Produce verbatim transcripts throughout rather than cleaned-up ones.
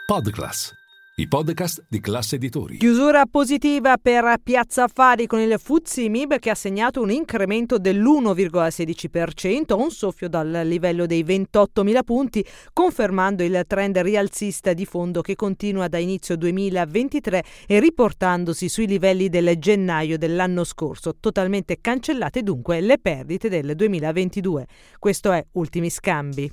Podclass, i podcast di Class Editori. Chiusura positiva per Piazza Affari con il F T S E M I B che ha segnato un incremento dell'uno virgola sedici per cento, un soffio dal livello dei ventottomila punti, confermando il trend rialzista di fondo che continua da inizio duemilaventitré e riportandosi sui livelli del gennaio dell'anno scorso, totalmente cancellate dunque le perdite del duemilaventidue. Questo è Ultimi Scambi.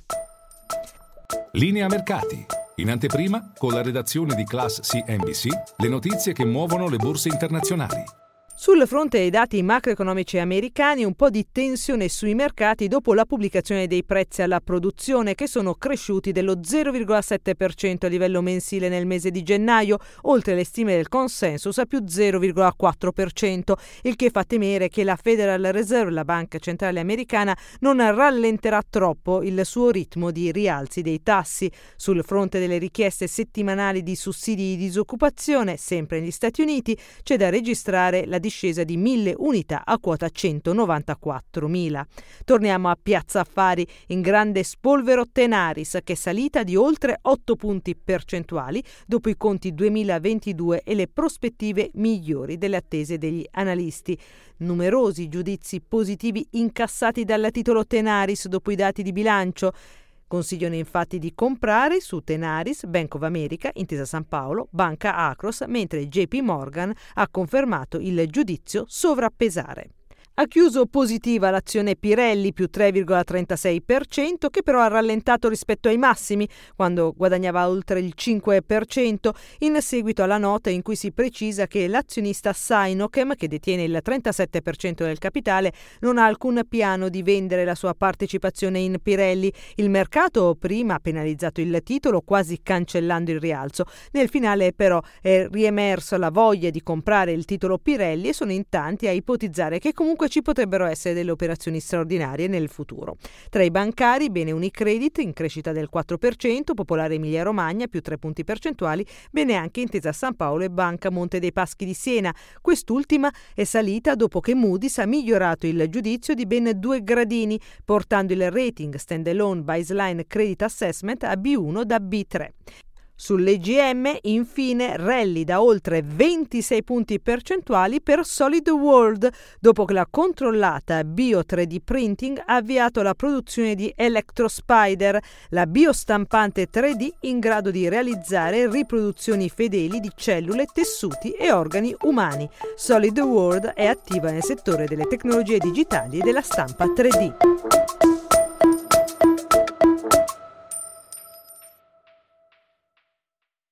Linea mercati. In anteprima, con la redazione di Class C N B C, le notizie che muovono le borse internazionali. Sul fronte dei dati macroeconomici americani, un po' di tensione sui mercati dopo la pubblicazione dei prezzi alla produzione, che sono cresciuti dello zero virgola sette per cento a livello mensile nel mese di gennaio, oltre le stime del consensus a più zero virgola quattro per cento, il che fa temere che la Federal Reserve, la banca centrale americana, non rallenterà troppo il suo ritmo di rialzi dei tassi. Sul fronte delle richieste settimanali di sussidi di disoccupazione, sempre negli Stati Uniti, c'è da registrare la discesa di mille unità a quota centonovantaquattromila. Torniamo a Piazza Affari. In grande spolvero Tenaris, che è salita di oltre otto punti percentuali dopo i conti duemilaventidue e le prospettive migliori delle attese degli analisti. Numerosi giudizi positivi incassati dal titolo Tenaris dopo i dati di bilancio. Consigliano infatti di comprare su Tenaris, Bank of America, Intesa San Paolo, Banca Akros, mentre J P Morgan ha confermato il giudizio sovrappesare. Ha chiuso positiva l'azione Pirelli, più tre virgola trentasei per cento, che però ha rallentato rispetto ai massimi, quando guadagnava oltre il cinque per cento, in seguito alla nota in cui si precisa che l'azionista Sinochem, che detiene il trentasette per cento del capitale, non ha alcun piano di vendere la sua partecipazione in Pirelli. Il mercato prima ha penalizzato il titolo, quasi cancellando il rialzo. Nel finale però è riemersa la voglia di comprare il titolo Pirelli e sono in tanti a ipotizzare che comunque ci potrebbero essere delle operazioni straordinarie nel futuro. Tra i bancari, bene Unicredit in crescita del quattro per cento, Popolare Emilia Romagna più tre punti percentuali, bene anche Intesa San Paolo e Banca Monte dei Paschi di Siena. Quest'ultima è salita dopo che Moody's ha migliorato il giudizio di ben due gradini, portando il rating Standalone Baseline Credit Assessment a B uno da B tre. Sull'E G M, infine, rally da oltre ventisei punti percentuali per Solid World, dopo che la controllata Bio tre D Printing ha avviato la produzione di Electrospider, la biostampante tre D in grado di realizzare riproduzioni fedeli di cellule, tessuti e organi umani. Solid World è attiva nel settore delle tecnologie digitali e della stampa tre D.